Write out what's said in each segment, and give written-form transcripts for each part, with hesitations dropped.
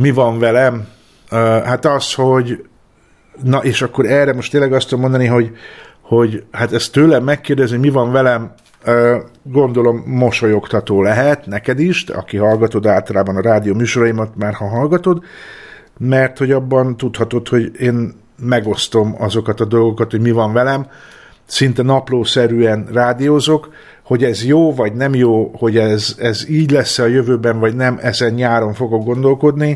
mi van velem? Hát az, hogy na, és akkor erre most tényleg azt tudom mondani, hogy hát ezt tőlem megkérdezni, mi van velem, gondolom mosolyogtató lehet, neked is, aki hallgatod általában a rádió műsoraimat, már ha hallgatod, mert hogy abban tudhatod, hogy én megosztom azokat a dolgokat, hogy mi van velem, szinte naplószerűen rádiózok, hogy ez jó, vagy nem jó, hogy ez így lesz a jövőben, vagy nem, ezen nyáron fogok gondolkodni,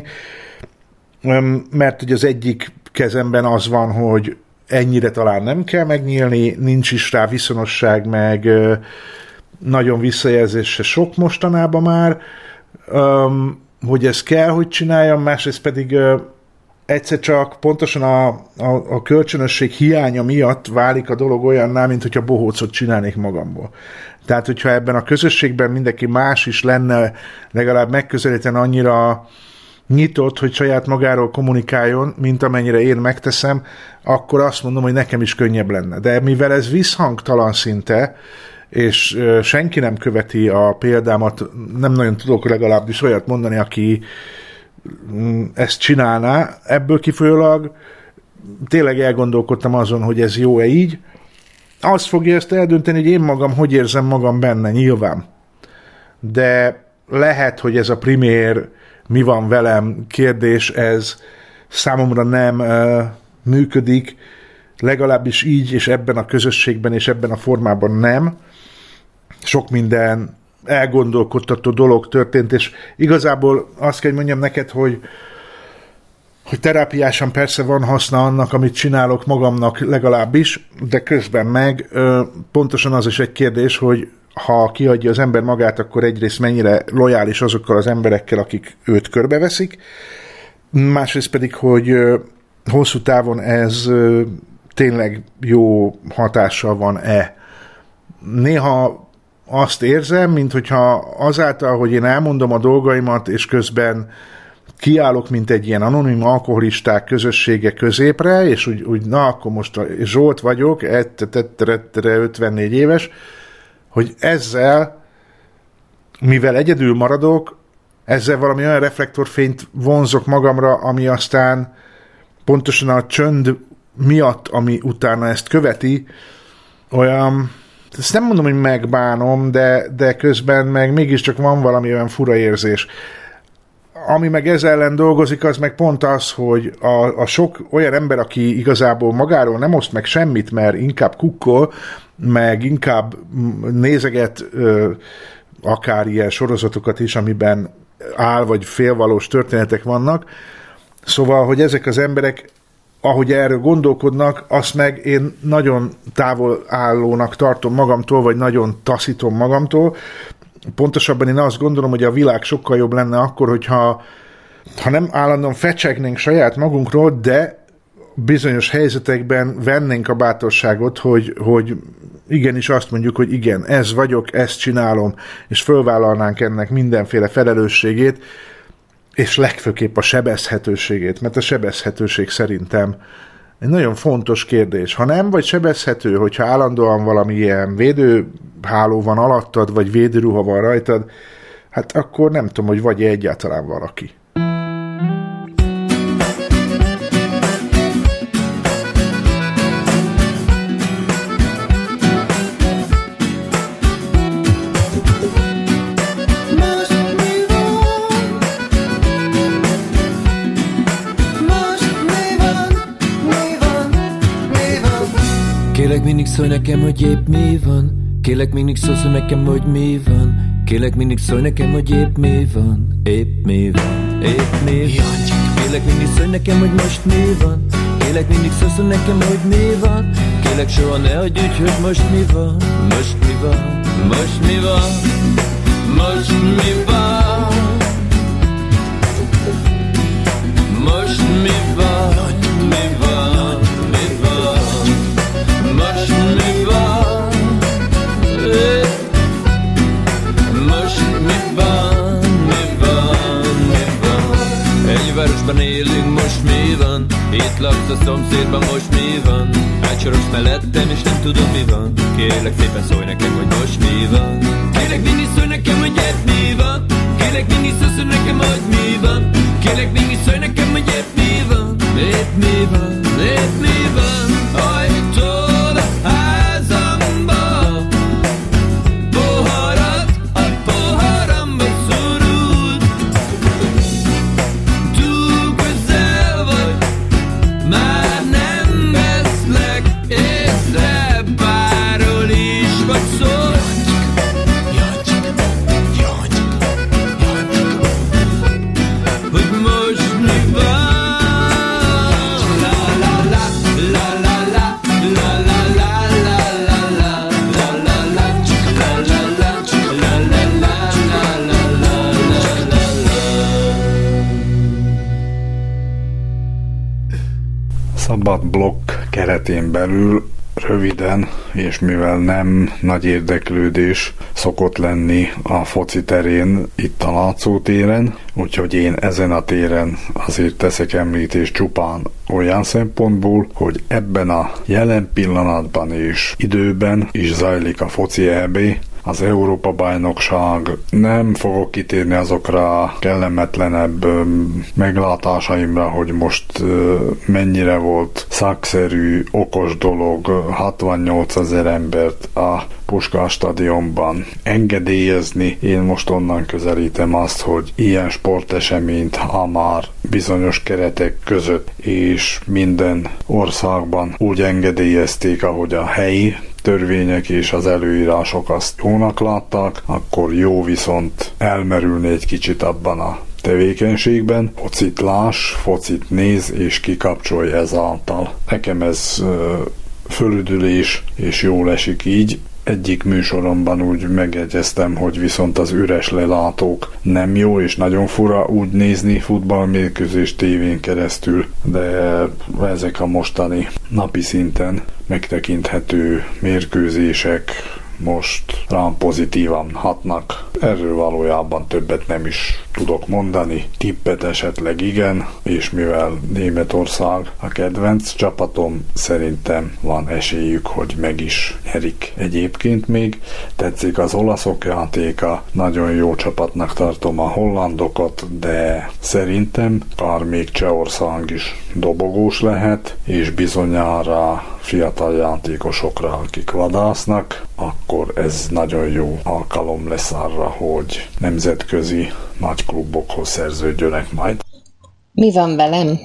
mert hogy az egyik kezemben az van, hogy ennyire talán nem kell megnyílni, nincs is rá viszonosság, meg nagyon visszajelzése sok mostanában már, hogy ez kell, hogy csináljam, másrészt pedig egyszer csak pontosan a kölcsönösség hiánya miatt válik a dolog olyanná, mint hogyha bohócot csinálnék magamból. Tehát, hogyha ebben a közösségben mindenki más is lenne, legalább megközelíteni annyira nyitott, hogy saját magáról kommunikáljon, mint amennyire én megteszem, akkor azt mondom, hogy nekem is könnyebb lenne. De mivel ez visszhangtalan szinte, és senki nem követi a példámat, nem nagyon tudok legalábbis olyat mondani, aki ezt csinálná, ebből kifolyólag tényleg elgondolkodtam azon, hogy ez jó-e így. Azt fogja ezt eldönteni, hogy én magam hogy érzem magam benne, nyilván. De lehet, hogy ez a primér mi van velem kérdés, ez számomra nem működik, legalábbis így, és ebben a közösségben, és ebben a formában nem. Sok minden elgondolkodtató dolog történt, és igazából azt kell, hogy mondjam neked, hogy terápiásan persze van haszna annak, amit csinálok magamnak legalábbis, de közben meg pontosan az is egy kérdés, hogy ha kiadja az ember magát, akkor egyrészt mennyire lojális azokkal az emberekkel, akik őt körbeveszik, másrészt pedig, hogy hosszú távon ez tényleg jó hatással van-e. Néha azt érzem, mint hogyha azáltal, hogy én elmondom a dolgaimat, és közben kiállok, mint egy ilyen anonim alkoholisták közössége középre, és úgy na, akkor most Zsolt vagyok, 54 éves, hogy ezzel, mivel egyedül maradok, ezzel valami olyan reflektorfényt vonzok magamra, ami aztán pontosan a csönd miatt, ami utána ezt követi, olyan, ezt nem mondom, hogy megbánom, de közben meg mégiscsak van valami olyan fura érzés. Ami meg ez ellen dolgozik, az meg pont az, hogy a sok olyan ember, aki igazából magáról nem oszt meg semmit, mert inkább kukkol, meg inkább nézeget akár ilyen sorozatokat is, amiben áll vagy félvalós történetek vannak. Szóval, hogy ezek az emberek, ahogy erről gondolkodnak, azt meg én nagyon távol állónak tartom magamtól, vagy nagyon taszítom magamtól. Pontosabban én azt gondolom, hogy a világ sokkal jobb lenne akkor, hogyha nem állandóan fecsegnénk saját magunkról, de bizonyos helyzetekben vennénk a bátorságot, hogy igenis azt mondjuk, hogy igen, ez vagyok, ezt csinálom, és fölvállalnánk ennek mindenféle felelősségét, és legfőképp a sebezhetőségét, mert a sebezhetőség szerintem egy nagyon fontos kérdés. Ha nem vagy sebezhető, hogyha állandóan valami ilyen védőháló van alattad, vagy védőruha van rajtad, hát akkor nem tudom, hogy vagy egyáltalán valaki. Kérlek mindig szólj nekem, hogy épp mi van. Kérlek mindig szólsz nekem, hogy mi van. Kérlek mindig szólj nekem, hogy épp mi van. Épp mi van, épp mi van. Kérlek mindig szólj nekem, hogy most mi van. Kérlek mindig szólsz nekem, hogy mi van. Kérlek soha ne adj úgy, hogy most mi van. Most mi van, most mi van. Most mi van. Most mi van, mi van, mi van. Most mi van. Most mi van, mi van, mi van. Egy városban élünk, most mi van. Itt laksz a szomszédban, most mi van. Átsorogsz mellettem, és nem tudom mi van. Kérlek szépen szólj nekem, hogy most mi van. Kérlek mindig szólj nekem, hogy ez mi van. Kérlek mindig szólsz nekem, hogy mi van. Kérlek mégis szólj nekem, hogy épp mi van, épp mi van, épp mi van. Ajtól a házamba, poharat a poharamba szorult. Túl közel vagy, már nem veszlek észre, bárhol is vagy szól. Hogy most mi van? La la la, la la la, la la la, la la la, la la la, la la la, la la la. Szabad blokk keretén belül röviden, és mivel nem nagy érdeklődés szokott lenni a foci terén, itt a Látszó téren, úgyhogy én ezen a téren azért teszek említést csupán olyan szempontból, hogy ebben a jelen pillanatban és időben is zajlik a foci EB, az Európa-bajnokság. Nem fogok kitérni azokra a kellemetlenebb meglátásaimra, hogy most mennyire volt szakszerű, okos dolog 68 000 embert a Puskás stadionban engedélyezni. Én most onnan közelítem azt, hogy ilyen sporteseményt, ha már bizonyos keretek között és minden országban úgy engedélyezték, ahogy a helyi törvények és az előírások azt jónak látták, akkor jó viszont elmerülni egy kicsit abban a tevékenységben, focit láss, focit néz és kikapcsolj ezáltal. Nekem ez fölüdülés és jól esik így. Egyik műsoromban úgy megegyeztem, hogy viszont az üres lelátók nem jó, és nagyon fura úgy nézni futballmérkőzést tévén keresztül, de ezek a mostani napi szinten megtekinthető mérkőzések most rám pozitívan hatnak. Erről valójában többet nem is tudok mondani. Tippet esetleg igen, és mivel Németország a kedvenc csapatom, szerintem van esélyük, hogy meg is nyerik. Egyébként még tetszik az olaszok játéka, nagyon jó csapatnak tartom a hollandokat, de szerintem akár még Csehország is dobogós lehet, és bizonyára fiatal játékosokra, akik vadásznak, akkor ez nagyon jó alkalom lesz arra, hogy nemzetközi nagy klubokhoz szerződjönek majd. Mi van velem?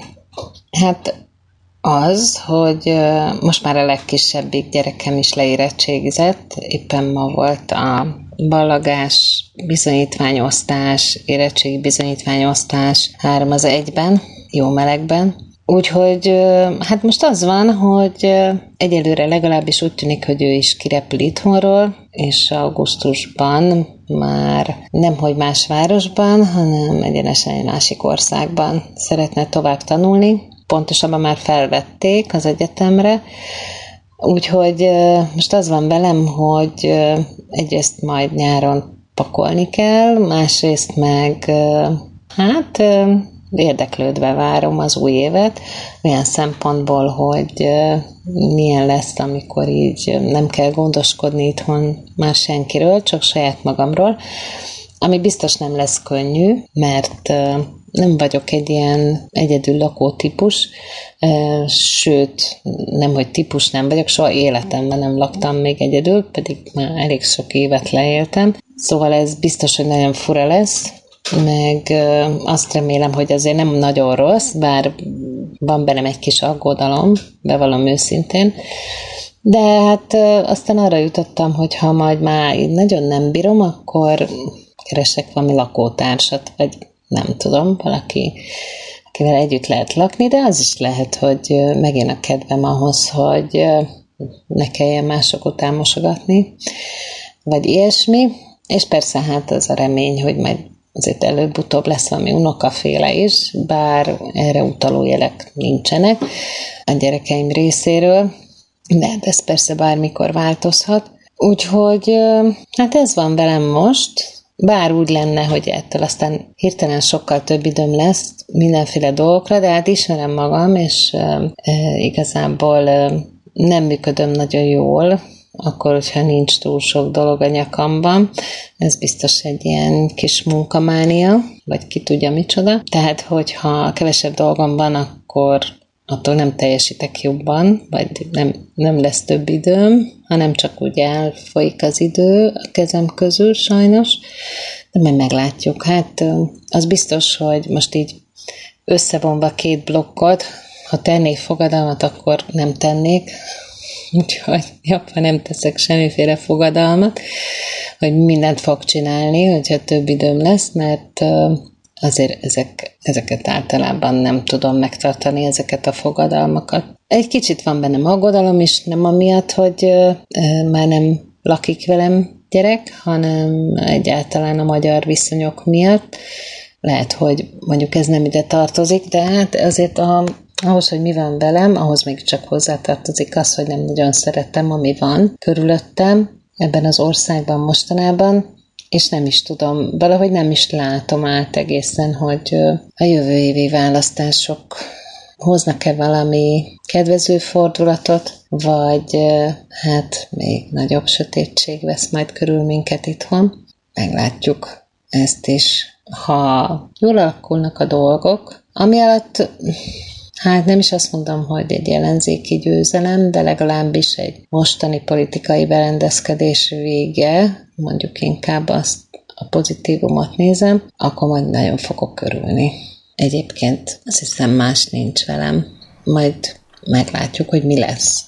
Hát az, hogy most már a legkisebbik gyerekem is leérettségizett, éppen ma volt a ballagás, bizonyítványosztás, érettségi bizonyítványosztás 3-1-ben, jó melegben. Úgyhogy hát most az van, hogy egyelőre legalábbis úgy tűnik, hogy ő is kirepül itthonról, és augusztusban már nemhogy más városban, hanem egyenesen egy másik országban szeretne tovább tanulni. Pontosabban már felvették az egyetemre, úgyhogy most az van velem, hogy egyrészt majd nyáron pakolni kell, másrészt meg hát érdeklődve várom az új évet, olyan szempontból, hogy milyen lesz, amikor így nem kell gondoskodni itthon már senkiről, csak saját magamról, ami biztos nem lesz könnyű, mert nem vagyok egy ilyen egyedül lakó típus, sőt, nemhogy típus nem vagyok, soha életemben nem laktam még egyedül, pedig már elég sok évet leéltem, szóval ez biztos, hogy nagyon fura lesz, meg azt remélem, hogy azért nem nagyon rossz, bár van bennem egy kis aggodalom, bevallom őszintén, de hát aztán arra jutottam, hogy ha majd már így nagyon nem bírom, akkor keresek valami lakótársat, vagy nem tudom, valaki, akivel együtt lehet lakni, de az is lehet, hogy megjön a kedvem ahhoz, hogy ne kelljen mások után mosogatni, vagy ilyesmi, és persze hát az a remény, hogy majd azért előbb-utóbb lesz valami unokaféle is, bár erre utaló jelek nincsenek a gyerekeim részéről, de ez persze bármikor változhat. Úgyhogy hát ez van velem most, bár úgy lenne, hogy ettől aztán hirtelen sokkal több időm lesz mindenféle dolgokra, de hát ismerem magam, és igazából nem működöm nagyon jól akkor, hogyha nincs túl sok dolog a nyakamban. Ez biztos egy ilyen kis munkamánia, vagy ki tudja micsoda. Tehát, hogyha kevesebb dolgom van, akkor attól nem teljesítek jobban, vagy nem lesz több időm, hanem csak úgy elfolyik az idő a kezem közül sajnos. De majd meglátjuk. Hát az biztos, hogy most így összevonva 2 blokkot, ha tennék fogadalmat, akkor nem tennék. Úgyhogy jobban nem teszek semmiféle fogadalmat, hogy mindent fog csinálni, hogyha több időm lesz, mert azért ezeket általában nem tudom megtartani, ezeket a fogadalmakat. Egy kicsit van bennem aggodalom is, nem amiatt, hogy már nem lakik velem gyerek, hanem egyáltalán a magyar viszonyok miatt. Lehet, hogy mondjuk ez nem ide tartozik, de hát azért ahhoz, hogy mi van velem, ahhoz még csak hozzátartozik az, hogy nem nagyon szeretem, ami van körülöttem ebben az országban mostanában, és nem is tudom, valahogy nem is látom át egészen, hogy a jövő évi választások hoznak-e valami kedvező fordulatot, vagy hát még nagyobb sötétség vesz majd körül minket itthon. Meglátjuk ezt is. Ha jól alakulnak a dolgok, ami alatt hát nem is azt mondom, hogy egy ellenzéki győzelem, de legalábbis egy mostani politikai berendezkedés vége, mondjuk inkább azt a pozitívumot nézem, akkor majd nagyon fogok örülni. Egyébként azt hiszem más nincs velem. Majd meglátjuk, hogy mi lesz.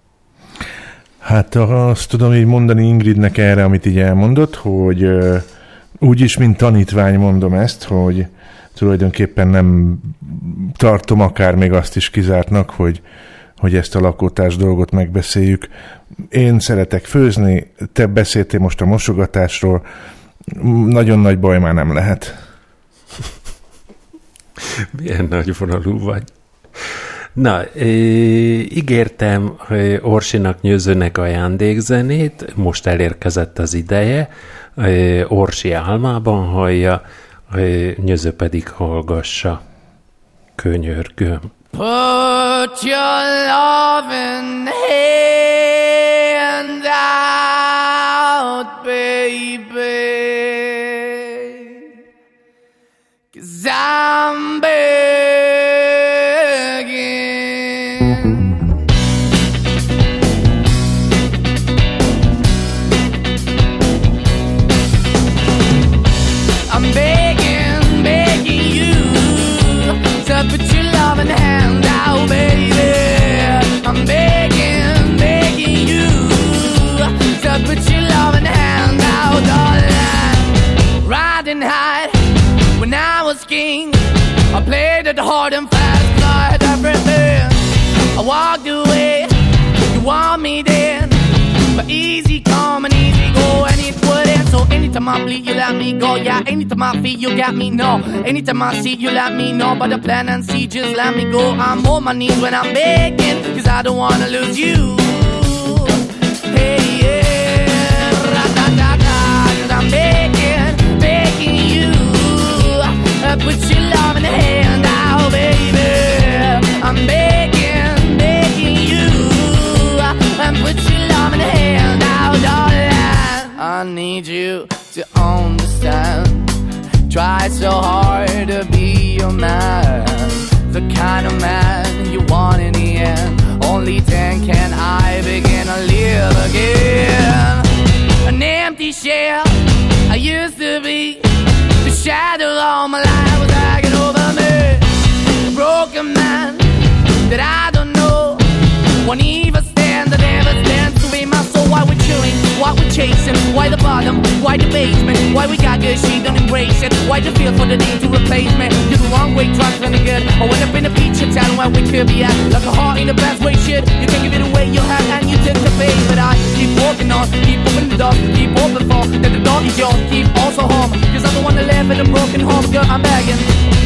Hát azt tudom így mondani Ingridnek erre, amit így elmondott, hogy úgyis, mint tanítvány mondom ezt, hogy tulajdonképpen nem tartom akár még azt is kizártnak, hogy ezt a lakótárs dolgot megbeszéljük. Én szeretek főzni, te beszéltél most a mosogatásról, nagyon nagy baj már nem lehet. Milyen nagyvonalú vagy. Na, ígértem Orsinak Nyőzőnek ajándékzenét, most elérkezett az ideje, Orsi álmában hallja, Nyőző pedig hallgassa. Könyörgöm. Put your loving hand out, baby, 'cause I'm begging. I'm begging you to put your loving hand out, baby. I'm begging you to put your loving hand out, darling. Riding high when I was king, I played it hard and fast, I had everything. I walked away, you want me then, but easy come and easy go, and it wouldn't. So anytime I bleed, you let me go. Yeah, anytime I feel, you got me, no. Anytime I see, you let me know. But the plan and see, just let me go. I'm on my knees when I'm begging, 'cause I don't wanna lose you. Hey, yeah, ra-da-da-da, 'cause I'm begging you. Put your love in the hand out, baby. I'm begging you. Put your love in the hand out, darling. I need you to understand. Try so hard to be your man, the kind of man you want in the end. Only then can I begin to live again. An empty shell I used to be, the shadow all my life was hanging over me. A broken man that I don't know, won't even stand, that never stands to be my soul. Why we're chilling, why we're chasing, why the bottom, why the basement, why we got good, she don't embrace it, why the feel for the need to replace me. You're the wrong way, trying to the good. I went up in a feature town where we could be at, like a heart in the best way, shit. You can give it away, you have, and you tend to pay. But I keep walking on, keep opening the door, keep open for, that the door is yours, keep also home. 'Cause I'm the one that live in a broken home, girl, I'm begging.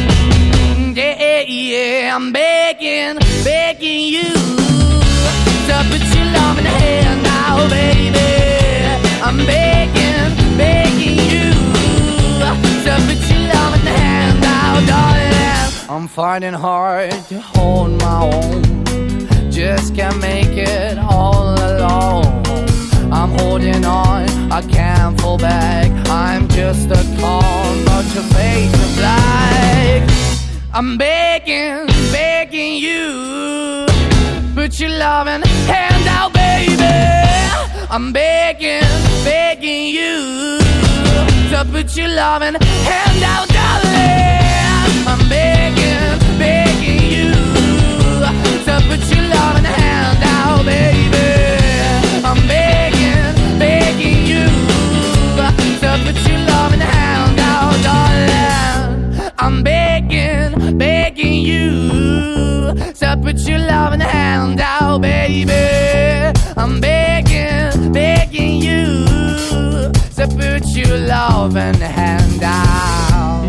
Yeah, I'm begging you to put your love in the hand now, baby. I'm begging you to put your love in the hand now, darling. I'm fighting hard to hold my own, just can't make it all alone. I'm holding on, I can't fall back. I'm just a call, but your face is black. I'm begging, begging you, put your loving hand out, baby. I'm begging, begging you to put your loving hand out, darling. I'm begging, begging you to put your loving hand out, baby. I'm begging, begging you to put your loving hand out, darling. I'm begging, begging you to put your loving hand out, baby. I'm begging, begging you to put your loving hand out.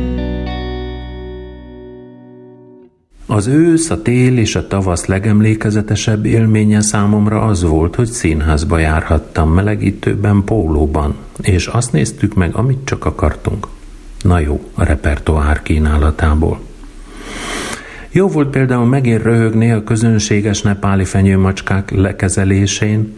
Az ősz, a tél és a tavasz legemlékezetesebb élménye számomra az volt, hogy színházba járhattam melegítőben, pólóban, és azt néztük meg, amit csak akartunk. Na jó, a repertoár kínálatából. Jó volt például megint röhögni a közönséges nepáli fenyőmacskák lekezelésén,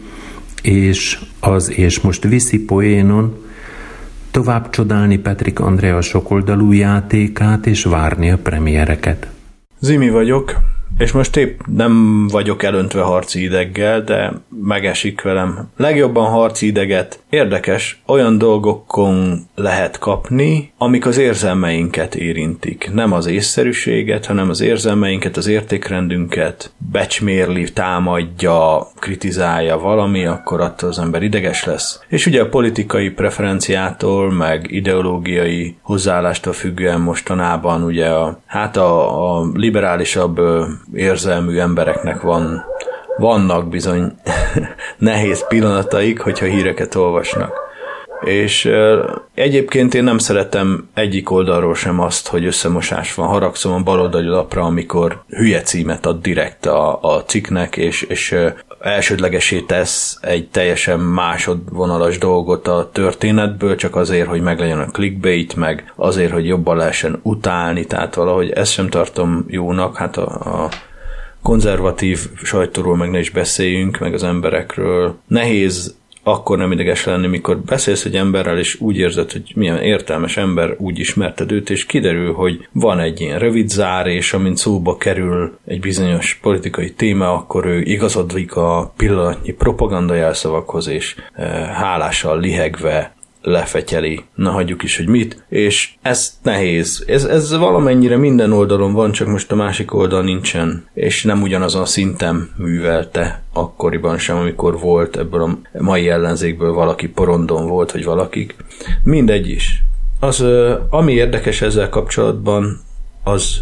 és most viszi poénon, tovább csodálni Petrik Andrea sokoldalú játékát, és várni a premiereket. Zimi vagyok, és most épp nem vagyok elöntve harci ideggel, de megesik velem. Legjobban harci ideget érdekes, olyan dolgokon lehet kapni, amik az érzelmeinket érintik. Nem az észszerűséget, hanem az érzelmeinket, az értékrendünket becsmérli, támadja, kritizálja valami, akkor attól az ember ideges lesz. És ugye a politikai preferenciától, meg ideológiai hozzáállástól függően mostanában ugye a liberálisabb érzelmű embereknek vannak bizony nehéz pillanataik, hogyha híreket olvasnak. És egyébként én nem szeretem egyik oldalról sem azt, hogy összemosás van. Haragszom a baloldali lapra, amikor hülye címet ad direkt a cikknek, és elsődlegesé tesz egy teljesen másodvonalas dolgot a történetből, csak azért, hogy meglegyen a clickbait, meg azért, hogy jobban lehessen utálni, tehát valahogy ezt sem tartom jónak, hát a konzervatív sajtóról meg ne is beszéljünk, meg az emberekről. Nehéz akkor nem ideges lenni, mikor beszélsz egy emberrel, és úgy érzed, hogy milyen értelmes ember, úgy ismerted őt, és kiderül, hogy van egy ilyen rövid zárés, amint szóba kerül egy bizonyos politikai téma, akkor ő igazodik a pillanatnyi propagandajelszavakhoz, és hálással lihegve lefetyeli, na hagyjuk is, hogy mit, és ez nehéz. Ez valamennyire minden oldalon van, csak most a másik oldal nincsen, és nem ugyanazon a szinten művelte akkoriban sem, amikor volt ebből a mai ellenzékből valaki porondon volt, vagy valakik. Mindegy is. Ami érdekes ezzel kapcsolatban, az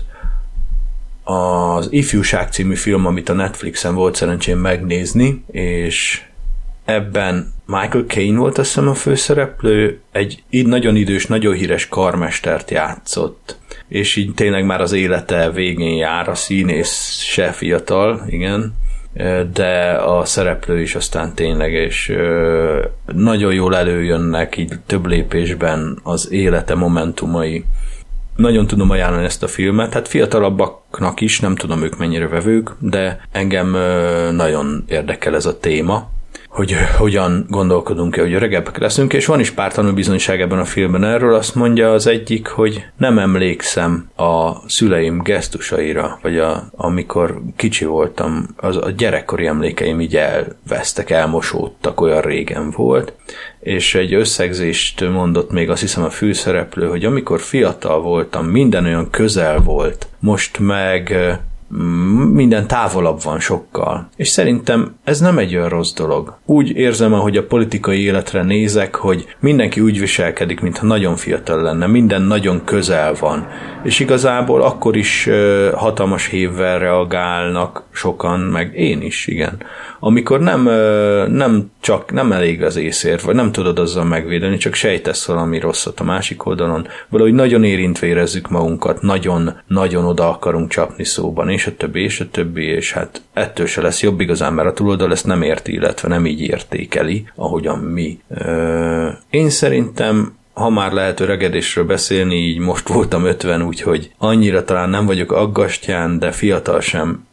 Ifjúság című film, amit a Netflixen volt szerencsém megnézni, és ebben Michael Caine volt, azt hiszem, a főszereplő, egy nagyon idős, nagyon híres karmestert játszott, és így tényleg már az élete végén jár, a színész se fiatal, igen, de a szereplő is aztán tényleg, és nagyon jól előjönnek így több lépésben az élete momentumai. Nagyon tudom ajánlani ezt a filmet, hát fiatalabbaknak is, nem tudom ők mennyire vevők, de engem nagyon érdekel ez a téma, hogy hogyan gondolkodunk-e, hogy öregebbek leszünk, és van is pár tanúbizonyság ebben a filmben erről. Azt mondja az egyik, hogy nem emlékszem a szüleim gesztusaira, vagy amikor kicsi voltam, a gyerekkori emlékeim így elvesztek, elmosódtak, olyan régen volt, és egy összegzést mondott még, azt hiszem, a főszereplő, hogy amikor fiatal voltam, minden olyan közel volt, most meg minden távolabb van sokkal. És szerintem ez nem egy olyan rossz dolog. Úgy érzem, ahogy a politikai életre nézek, hogy mindenki úgy viselkedik, mintha nagyon fiatal lenne, minden nagyon közel van. És igazából akkor is hatalmas hévvel reagálnak sokan, meg én is, igen. Amikor nem elég az észért, vagy nem tudod azzal megvédeni, csak sejtesz valami rosszat a másik oldalon, valahogy nagyon érintve érezzük magunkat, nagyon oda akarunk csapni szóban, és a többi, és hát ettől se lesz jobb igazán, mert a túloldal ezt nem érti, illetve nem így értékeli, ahogyan mi. Én szerintem, ha már lehet öregedésről beszélni, így most voltam 50, úgyhogy annyira talán nem vagyok aggastyán, de fiatal sem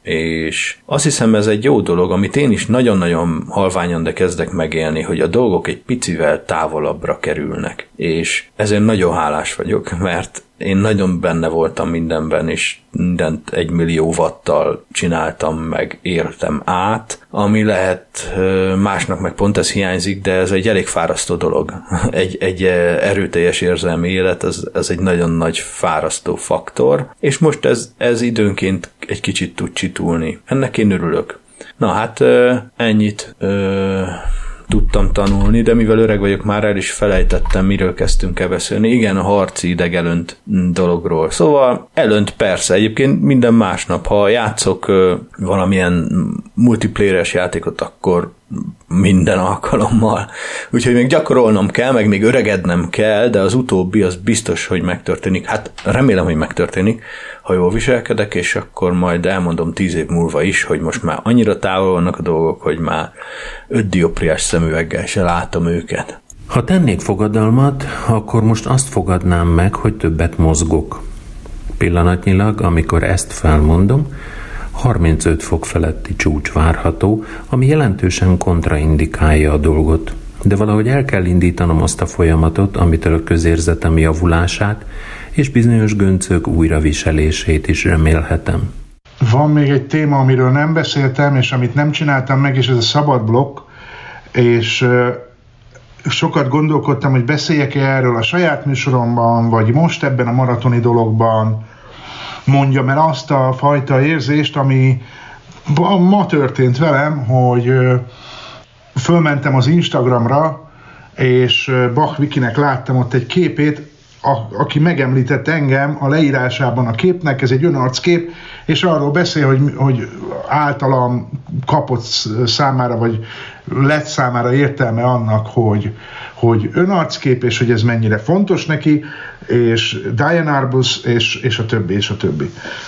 És azt hiszem, ez egy jó dolog, amit én is nagyon-nagyon halványan, de kezdek megélni, hogy a dolgok egy picivel távolabbra kerülnek. És ezért nagyon hálás vagyok, mert én nagyon benne voltam mindenben, és mindent 1 millió watttal csináltam, meg értem át, ami lehet másnak meg pont ez hiányzik, de ez egy elég fárasztó dolog. Egy erőteljes érzelmi élet, ez egy nagyon nagy fárasztó faktor, és most ez időnként egy kicsit tud csitulni. Ennek én örülök. Na hát ennyit tudtam tanulni, de mivel öreg vagyok, már el is felejtettem, miről kezdtünk el beszélni. Igen, a harci ideg elönt dologról. Szóval elönt persze, egyébként minden másnap, ha játszok valamilyen multiplayeres játékot, akkor minden alkalommal. Úgyhogy még gyakorolnom kell, meg még öregednem kell, de az utóbbi az biztos, hogy megtörténik. Hát remélem, hogy megtörténik, ha jól viselkedek, és akkor majd elmondom 10 év múlva is, hogy most már annyira távol vannak a dolgok, hogy már 5 dioptriás szemüveggel se látom őket. Ha tennék fogadalmat, akkor most azt fogadnám meg, hogy többet mozgok. Pillanatnyilag, amikor ezt felmondom, 35 fok feletti csúcs várható, ami jelentősen kontraindikálja a dolgot. De valahogy el kell indítanom azt a folyamatot, amitől a közérzetem javulását és bizonyos göncök újraviselését is remélhetem. Van még egy téma, amiről nem beszéltem, és amit nem csináltam meg, és ez a szabad blokk, és sokat gondolkodtam, hogy beszéljek erről a saját műsoromban, vagy most ebben a maratoni dologban, mondjam el azt a fajta érzést, ami ma történt velem, hogy fölmentem az Instagramra, és Bach Vikinek láttam ott egy képét, aki megemlített engem a leírásában a képnek, ez egy önarckép, és arról beszél, hogy általam kapott számára, vagy lett számára értelme annak, hogy önarckép, és hogy ez mennyire fontos neki, és Diane Arbus, és a többi, és a többi.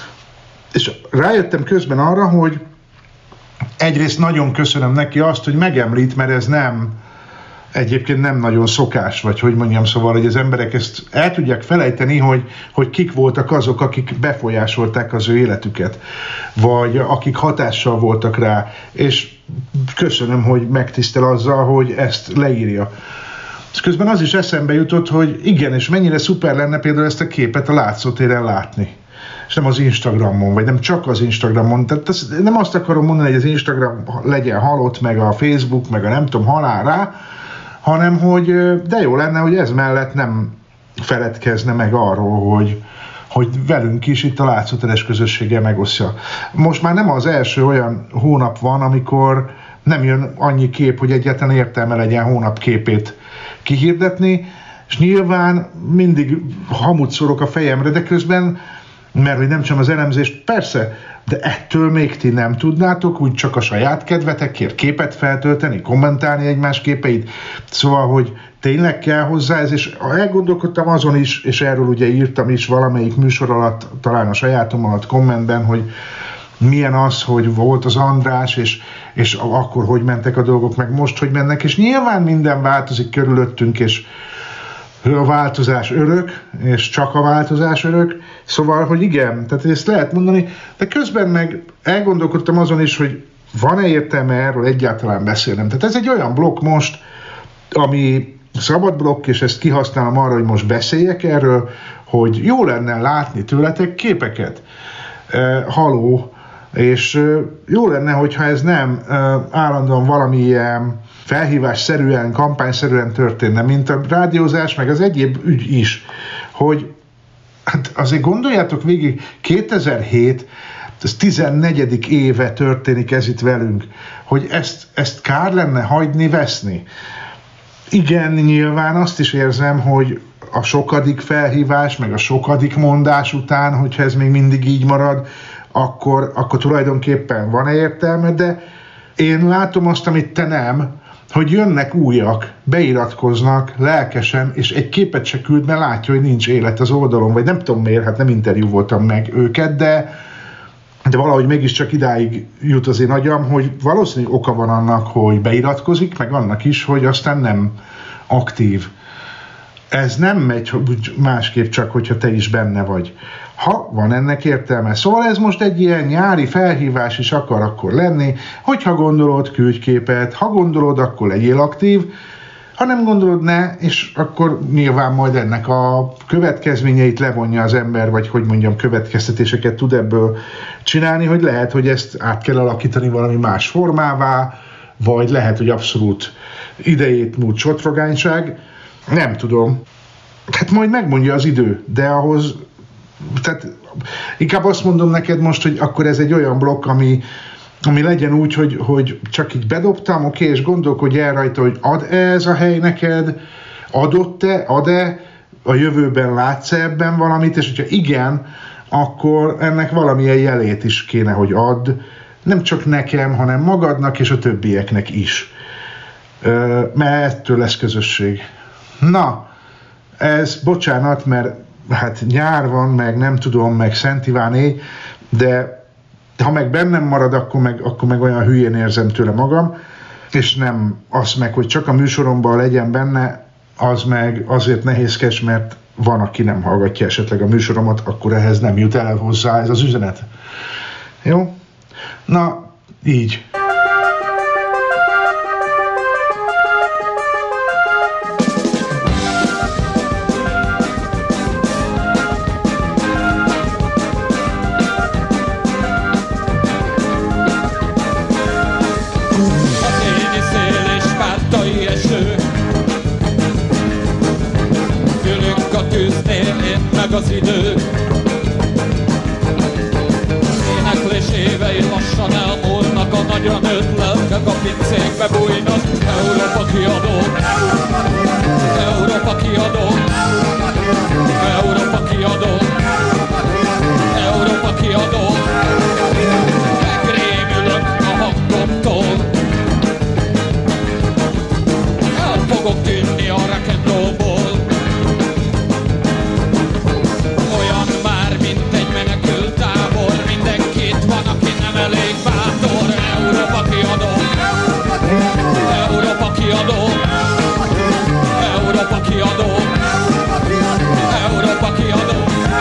És rájöttem közben arra, hogy egyrészt nagyon köszönöm neki azt, hogy megemlít, mert ez egyébként nem nagyon szokás, vagy hogy mondjam, szóval, hogy az emberek ezt el tudják felejteni, hogy kik voltak azok, akik befolyásolták az ő életüket, vagy akik hatással voltak rá, és köszönöm, hogy megtisztel azzal, hogy ezt leírja. És közben az is eszembe jutott, hogy igen, és mennyire szuper lenne például ezt a képet a látszótéren látni. És nem az Instagramon, vagy nem csak az Instagramon. Tehát nem azt akarom mondani, hogy az Instagram legyen halott, meg a Facebook, meg a nem tudom, halál rá, hanem hogy de jó lenne, hogy ez mellett nem feledkezne meg arról, hogy velünk is itt a látszóteres közösséggel megosztja. Most már nem az első olyan hónap van, amikor nem jön annyi kép, hogy egyáltalán értelme legyen hónapképét kihirdetni, és nyilván mindig hamut szorok a fejemre, de közben, mert hogy nem csak az elemzést, persze, de ettől még ti nem tudnátok úgy csak a saját kedvetekért képet feltölteni, kommentálni egymás képeit, szóval, hogy tényleg kell hozzá ez, és elgondolkodtam azon is, és erről ugye írtam is valamelyik műsor alatt, talán a sajátom alatt kommentben, hogy milyen az, hogy volt az András, és akkor hogy mentek a dolgok, meg most hogy mennek, és nyilván minden változik körülöttünk, és a változás örök, és csak a változás örök, szóval, hogy igen, tehát ezt lehet mondani, de közben meg elgondolkodtam azon is, hogy van-e értelme erről egyáltalán beszélnem. Tehát ez egy olyan blokk most, ami szabad blokk, és ezt kihasználom arra, hogy most beszéljek erről, hogy jó lenne látni tőletek képeket. Haló, és jó lenne, hogyha ez nem állandóan valamilyen felhívásszerűen, kampányszerűen történne, mint a rádiózás, meg az egyéb ügy is, hogy hát azért gondoljátok végig, 2007, ez 14. éve történik ez itt velünk, hogy ezt kár lenne hagyni, veszni. Igen, nyilván azt is érzem, hogy a sokadik felhívás, meg a sokadik mondás után, hogyha ez még mindig így marad, akkor tulajdonképpen van értelme, de én látom azt, amit te nem, hogy jönnek újak, beiratkoznak lelkesen, és egy képet se küld, mert látja, hogy nincs élet az oldalon, vagy nem tudom miért, hát nem interjú voltam meg őket, de valahogy mégiscsak idáig jut az én agyam, hogy valószínűleg oka van annak, hogy beiratkozik, meg annak is, hogy aztán nem aktív. Ez nem megy másképp csak, hogyha te is benne vagy, ha van ennek értelme. Szóval ez most egy ilyen nyári felhívás is akar akkor lenni, hogyha gondolod, küldj képet, ha gondolod, akkor legyél aktív, ha nem gondolod, ne, és akkor nyilván majd ennek a következményeit levonja az ember, vagy hogy mondjam, következtetéseket tud ebből csinálni, hogy lehet, hogy ezt át kell alakítani valami más formává, vagy lehet, hogy abszolút idejét múlt sotrogányság. Nem tudom. Hát majd megmondja az idő, de ahhoz, tehát inkább azt mondom neked most, hogy akkor ez egy olyan blokk, ami legyen úgy, hogy csak így bedobtam, oké, és gondolkodj el rajta, hogy ad-e ez a hely neked, adott-e, ad-e, a jövőben látsz-e ebben valamit, és hogyha igen, akkor ennek valamilyen jelét is kéne, hogy add, nem csak nekem, hanem magadnak és a többieknek is. Mert ettől lesz közösség. Na, ez bocsánat, mert hát nyár van, meg nem tudom, meg Szent Iván éj, de ha meg bennem marad, akkor meg olyan hülyén érzem tőle magam, és nem az meg, hogy csak a műsoromban legyen benne, az meg azért nehézkes, mert van, aki nem hallgatja esetleg a műsoromat, akkor ehhez nem jut el hozzá ez az üzenet. Jó? Na, így. Az idő éneklésévei lassan elmúlnak, a nagyra nőtt lelkek a pincékbe bújnak. Európa kiadó, Európa kiadó, Európa kiadó, Európa kiadó. Megrémülök a hangomtól, el fogok tűnni a rock'n'rollból. Elég bátor, Európa kiadó, Európa kiadó, Európa kiadó, Európa kiadó.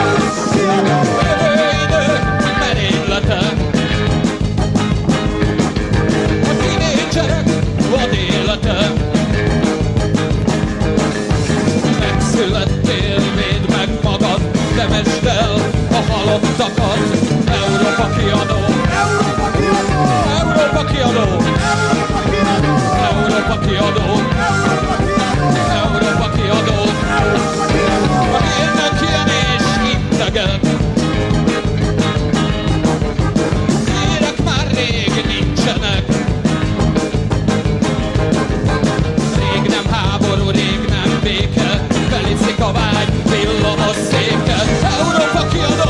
Jövő idő merénylete, a tínédzserek vad élete. Megszülettél, védd meg magad, temesd el a halottakat. Európa kiadó, Európa kiadó, Európa kiadó, Európa kiadó. A hírnek ilyen és integen, hírek már rég nincsenek. Rég nem háború, rég nem béke, feliszik a vágy, villan a széke. Európa kiadó,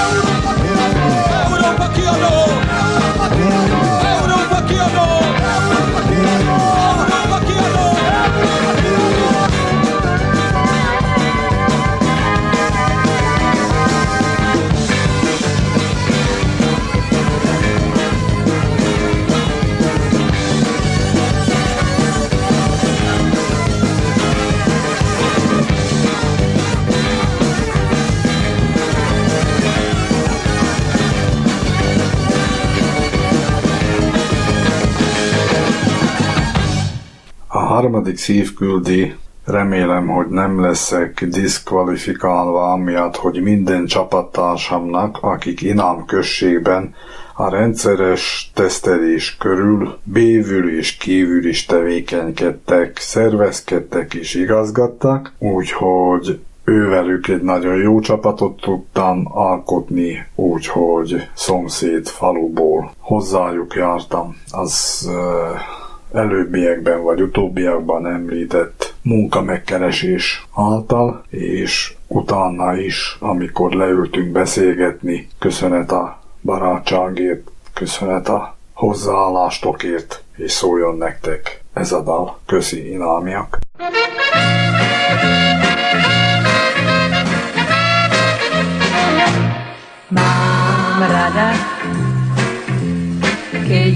Európa kiadó, Európa kiadó, Európa kiadó. A harmadik szív küldi, remélem, hogy nem leszek diszkvalifikálva amiatt, hogy minden csapattársamnak, akik Inám községben a rendszeres tesztelés körül bévül és kívül is tevékenykedtek, szervezkedtek és igazgattak, úgyhogy ővelük egy nagyon jó csapatot tudtam alkotni, úgyhogy szomszéd faluból hozzájuk jártam. Az előbbiekben vagy utóbbiakban említett munkamegkeresés által, és utána is, amikor leültünk beszélgetni, köszönet a barátságért, köszönet a hozzáállástokért, és szóljon nektek ez a dal. Köszi, inámiak! Mám rada, keď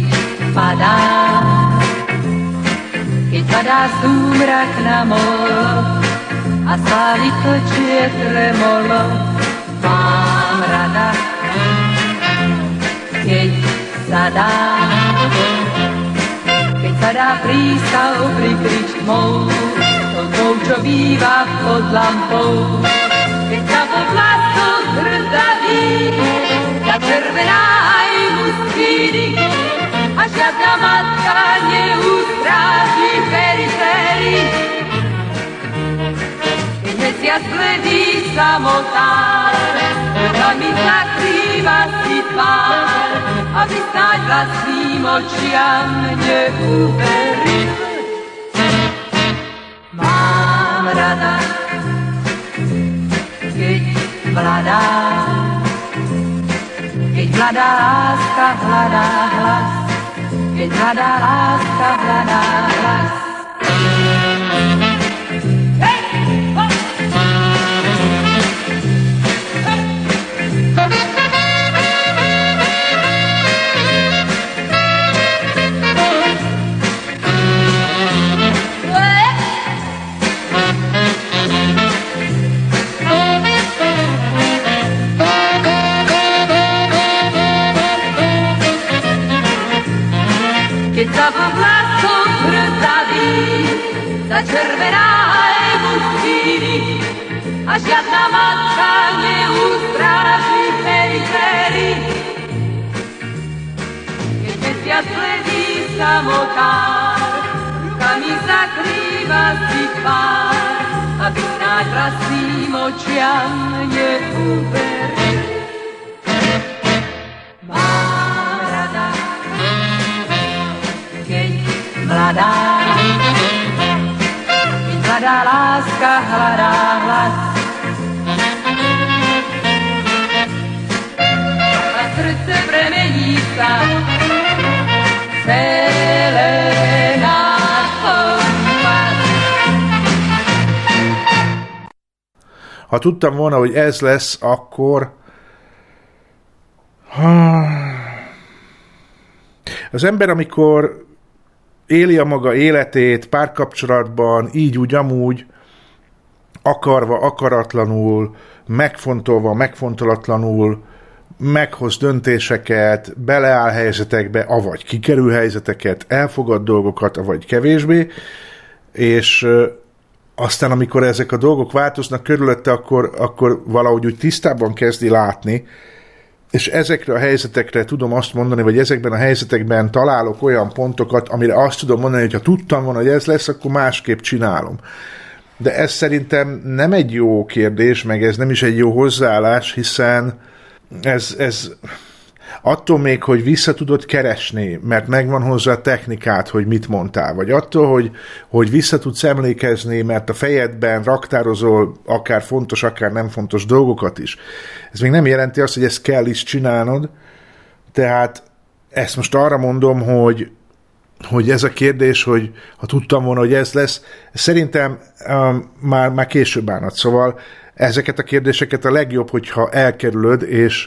padá súmrak na molo a sály točie tremolo. Mám sa dá. Keď sa dá prístav prikryť tmou, to tmou, čo býva pod lampou. Keď sa po vlastu zrzaví, začervená aj mustíny, a žiadna matka neustráži periférii. Keď mesiac bledý samotár, rukami zakrýva si tvár, aby snáď vlastným očiam neuveril. Mám rada, keď mladá láska hľadá hlas, keď mladá láska hľadá hlas. Keď sa po vlastu zrzaví, začervená aj mustíny, a žiadna matka neustráži periférii. Keď mesiac bledý samotár, rukami zakrýva si tvár, aby snáď vlastným očiam neuveril. Mám rada, keď mladá láska hľadá hlas. A srdce premení sa celé na kompas. Ha tudtam volna, hogy ez lesz, akkor... Az ember, amikor éli a maga életét párkapcsolatban, így úgy amúgy, akarva, akaratlanul, megfontolva, megfontolatlanul, meghoz döntéseket, beleáll helyzetekbe, avagy kikerül helyzeteket, elfogad dolgokat, avagy kevésbé, és aztán amikor ezek a dolgok változnak körülötte, akkor valahogy úgy tisztában kezdi látni, és ezekre a helyzetekre tudom azt mondani, vagy ezekben a helyzetekben találok olyan pontokat, amire azt tudom mondani, hogy ha tudtam volna, hogy ez lesz, akkor másképp csinálom. De ez szerintem nem egy jó kérdés, meg ez nem is egy jó hozzáállás, hiszen ez attól még, hogy vissza tudod keresni, mert megvan hozzá a technikát, hogy mit mondtál, vagy attól, hogy vissza tudsz emlékezni, mert a fejedben raktározol akár fontos, akár nem fontos dolgokat is. Ez még nem jelenti azt, hogy ezt kell is csinálnod, tehát ezt most arra mondom, hogy ez a kérdés, hogy ha tudtam volna, hogy ez lesz, szerintem már később állnod. Szóval ezeket a kérdéseket a legjobb, hogyha elkerülöd,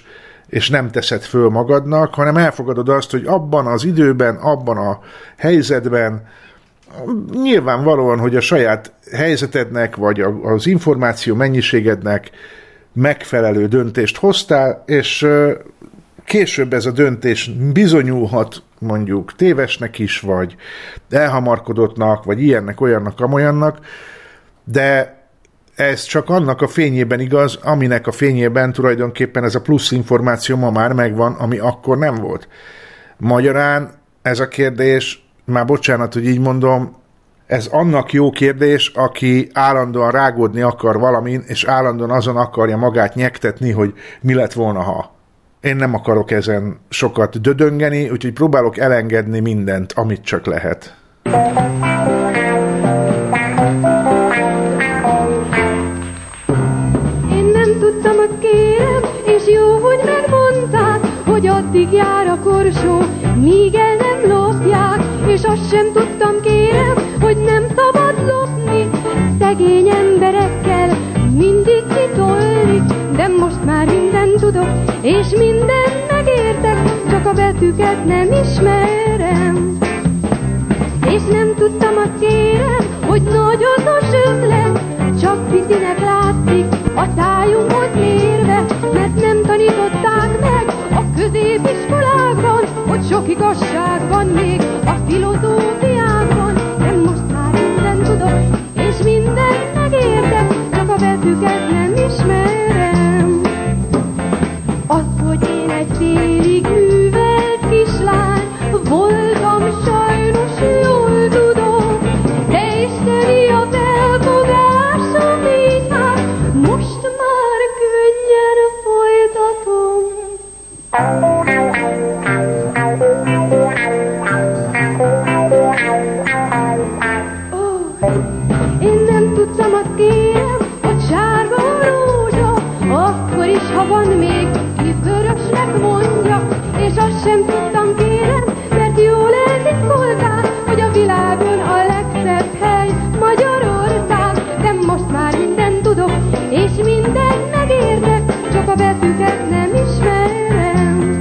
és nem teszed föl magadnak, hanem elfogadod azt, hogy abban az időben, abban a helyzetben nyilvánvalóan, hogy a saját helyzetednek, vagy az információ mennyiségednek megfelelő döntést hoztál, és később ez a döntés bizonyulhat mondjuk tévesnek is, vagy elhamarkodottnak, vagy ilyennek, olyannak, amolyannak, de ez csak annak a fényében igaz, aminek a fényében tulajdonképpen ez a plusz információ ma már megvan, ami akkor nem volt. Magyarán ez a kérdés, már bocsánat, hogy így mondom, ez annak jó kérdés, aki állandóan rágódni akar valamin, és állandóan azon akarja magát nyektetni, hogy mi lett volna, ha. Én nem akarok ezen sokat dödöngeni, úgyhogy próbálok elengedni mindent, amit csak lehet. Hogy addig jár a korsó, míg el nem lopják, és azt sem tudtam, kérem, hogy nem szabad lopni. Szegény emberekkel mindig kitolni, de most már mindent tudok, és mindent megértek, csak a betűket nem ismerem. És nem tudtam, azt kérem, hogy nagy az a söglet, csak picinek látszik a szájunkhoz mérve, mert nem tanították meg a középiskolákban, hogy sok igazság van még a filozófiában, de most már mindent tudok, és mindent megértek, csak a betűket nem ismerem. Azt, hogy én egy félig művelt kislány voltam, sajnos jól tudom, de isteni a felfogásom, így hát most már könnyen folytatom. Én nem tudtam, azt kérem, hogy sárga a rózsa, akkor is, ha van még, ki vörösnek mondja, és azt sem tudtam, kérem, mert jól eltitkolták, hogy a világon a legszebb hely Magyarország, de most már mindent tudok, és mindent megértek, csak a betűket nem ismerem.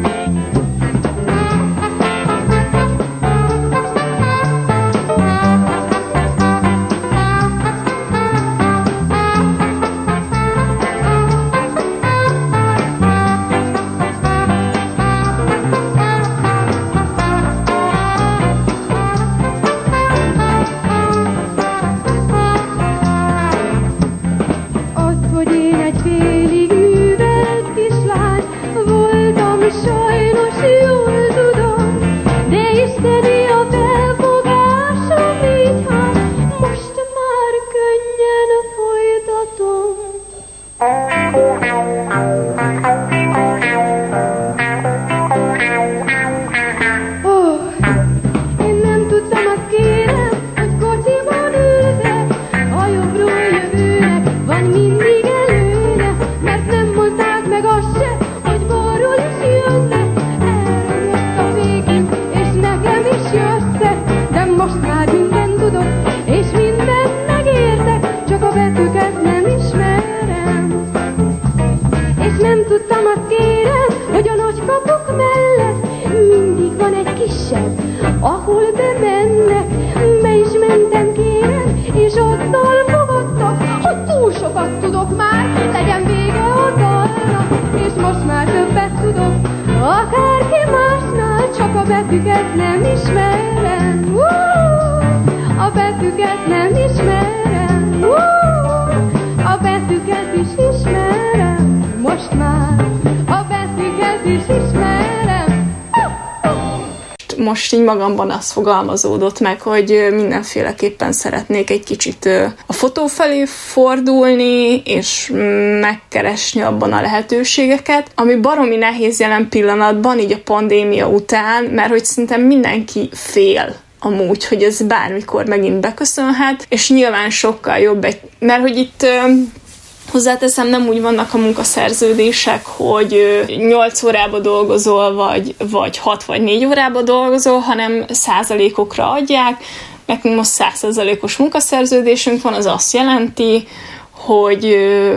Most így magamban az fogalmazódott meg, hogy mindenféleképpen szeretnék egy kicsit a fotó felé fordulni, és megkeresni abban a lehetőségeket, ami baromi nehéz jelen pillanatban, így a pandémia után, mert hogy szerintem mindenki fél amúgy, hogy ez bármikor megint beköszönhet, és nyilván sokkal jobb, mert hogy itt hozzáteszem, nem úgy vannak a munkaszerződések, hogy 8 órába dolgozol, vagy 6 vagy 4 órába dolgozol, hanem százalékokra adják. Nekünk most 100%-os munkaszerződésünk van, az azt jelenti, hogy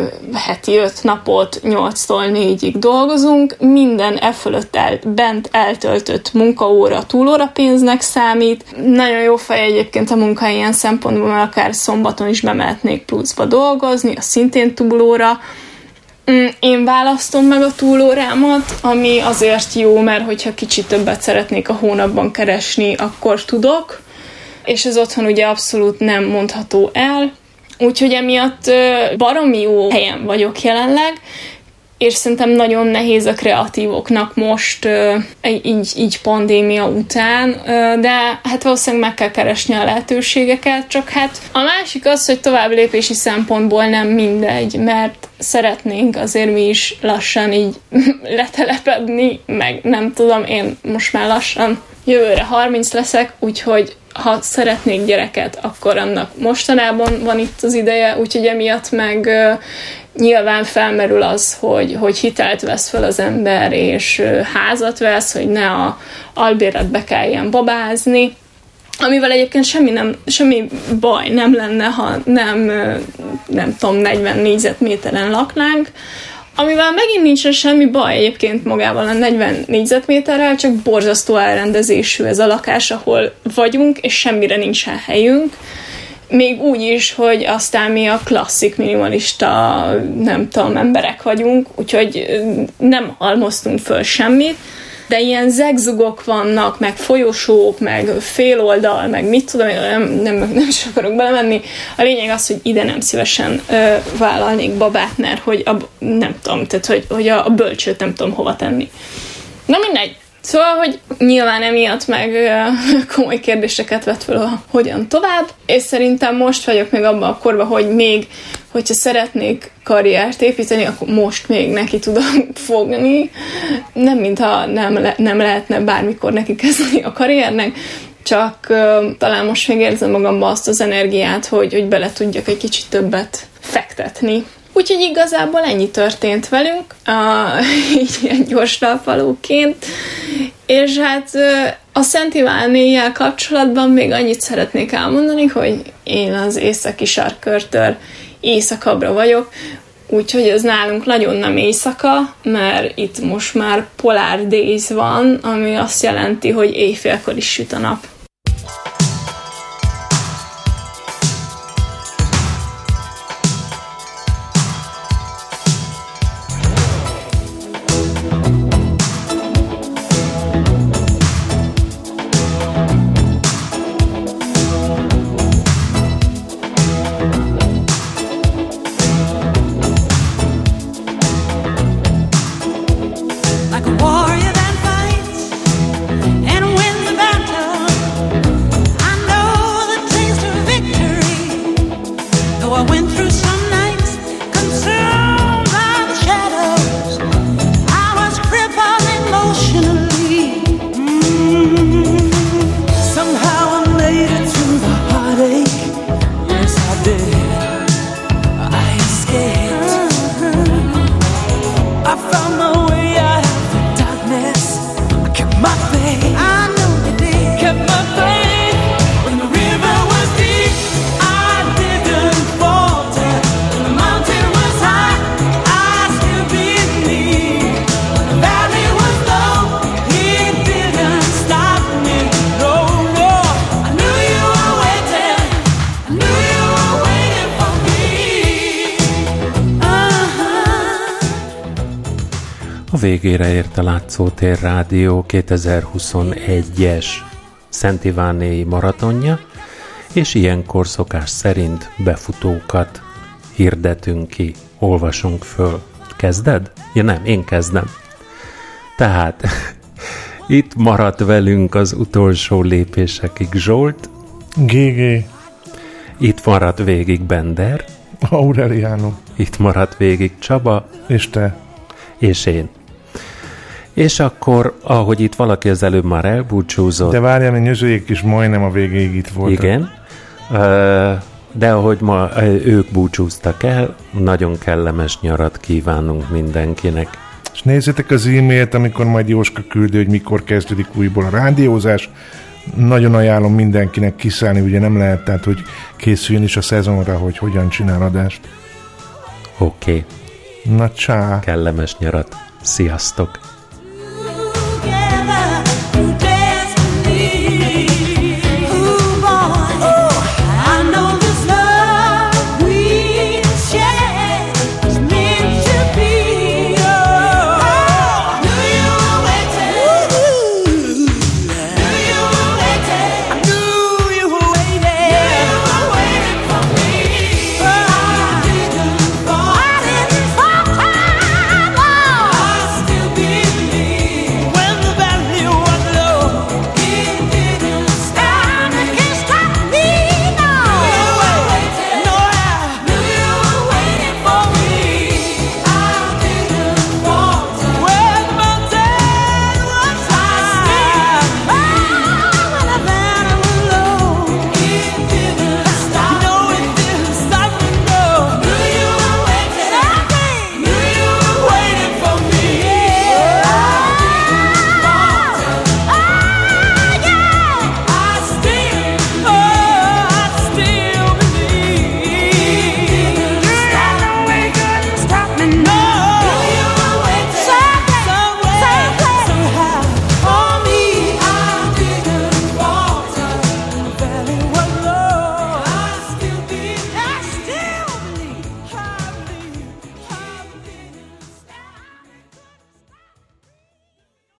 heti 5 napot 8-tól 4-ig dolgozunk, minden fölött bent eltöltött munkaóra túlóra pénznek számít. Nagyon jó fej egyébként a munka ilyen szempontból, mert akár szombaton is bemehetnék pluszba dolgozni, a szintén túlóra. Én választom meg a túlórámat, ami azért jó, mert hogyha kicsit többet szeretnék a hónapban keresni, akkor tudok, és ez otthon ugye abszolút nem mondható el. Úgyhogy emiatt baromi jó helyen vagyok jelenleg, és szerintem nagyon nehéz a kreatívoknak most így pandémia után, de hát valószínűleg meg kell keresni a lehetőségeket, csak hát a másik az, hogy tovább lépési szempontból nem mindegy, mert szeretnénk azért mi is lassan így letelepedni, meg nem tudom, én most már lassan jövőre 30 leszek, úgyhogy ha szeretnék gyereket, akkor annak mostanában van itt az ideje, úgyhogy emiatt meg nyilván felmerül az, hogy hitelt vesz fel az ember, és házat vesz, hogy ne a albérletbe kelljen babázni, amivel egyébként semmi baj nem lenne, ha nem tudom, 40 négyzetméteren laknánk, amivel megint nincsen semmi baj egyébként magával a 40 négyzetméterrel, csak borzasztó elrendezésű ez a lakás, ahol vagyunk, és semmire nincsen helyünk. Még úgy is, hogy aztán mi a klasszik minimalista, nem tudom, emberek vagyunk, úgyhogy nem halmoztunk föl semmit, de ilyen zegzugok vannak, meg folyosók, meg féloldal, meg mit tudom, nem is akarok belemenni. A lényeg az, hogy ide nem szívesen vállalnék babát, mert hogy nem tudom, tehát hogy a bölcsőt nem tudom hova tenni. Na mindegy. Szóval, hogy nyilván emiatt meg komoly kérdéseket vett fel a hogyan tovább, és szerintem most vagyok még abban a korban, hogy még, hogyha szeretnék karriert építeni, akkor most még neki tudom fogni. Nem mintha nem lehetne bármikor neki kezdeni a karriernek, csak talán most még érzem magamban azt az energiát, hogy bele tudjak egy kicsit többet fektetni. Úgyhogy igazából ennyi történt velünk, így ilyen gyors talpalóként, és hát a Szent Ivánéjjel kapcsolatban még annyit szeretnék elmondani, hogy én az északi sarkkörtől északabbra vagyok, úgyhogy ez nálunk nagyon nem éjszaka, mert itt most már Polar Days van, ami azt jelenti, hogy éjfélkor is süt a nap. Végére ért a Látszótér Rádió 2021-es Szent Ivánéi maratonja, és ilyenkor szokás szerint befutókat hirdetünk ki, olvasunk föl. Kezded? Ja nem, én kezdem. Tehát itt maradt velünk az utolsó lépésekig Zsolt. GG. Itt maradt végig Bender. Aureliano. Itt maradt végig Csaba. És te. És én. És akkor, ahogy itt valaki az előbb már elbúcsúzott... De várjál, hogy Nyözőjék is majdnem a végéig itt voltak. Igen. De ahogy ma ők búcsúztak el, nagyon kellemes nyarat kívánunk mindenkinek. És nézzétek az e-mailt, amikor majd Jóska küldi, hogy mikor kezdődik újból a rádiózás. Nagyon ajánlom mindenkinek kiszállni, ugye nem lehet, tehát hogy készüljön is a szezonra, hogy hogyan csinál adást. Oké. Na csá. Kellemes nyarat. Sziasztok.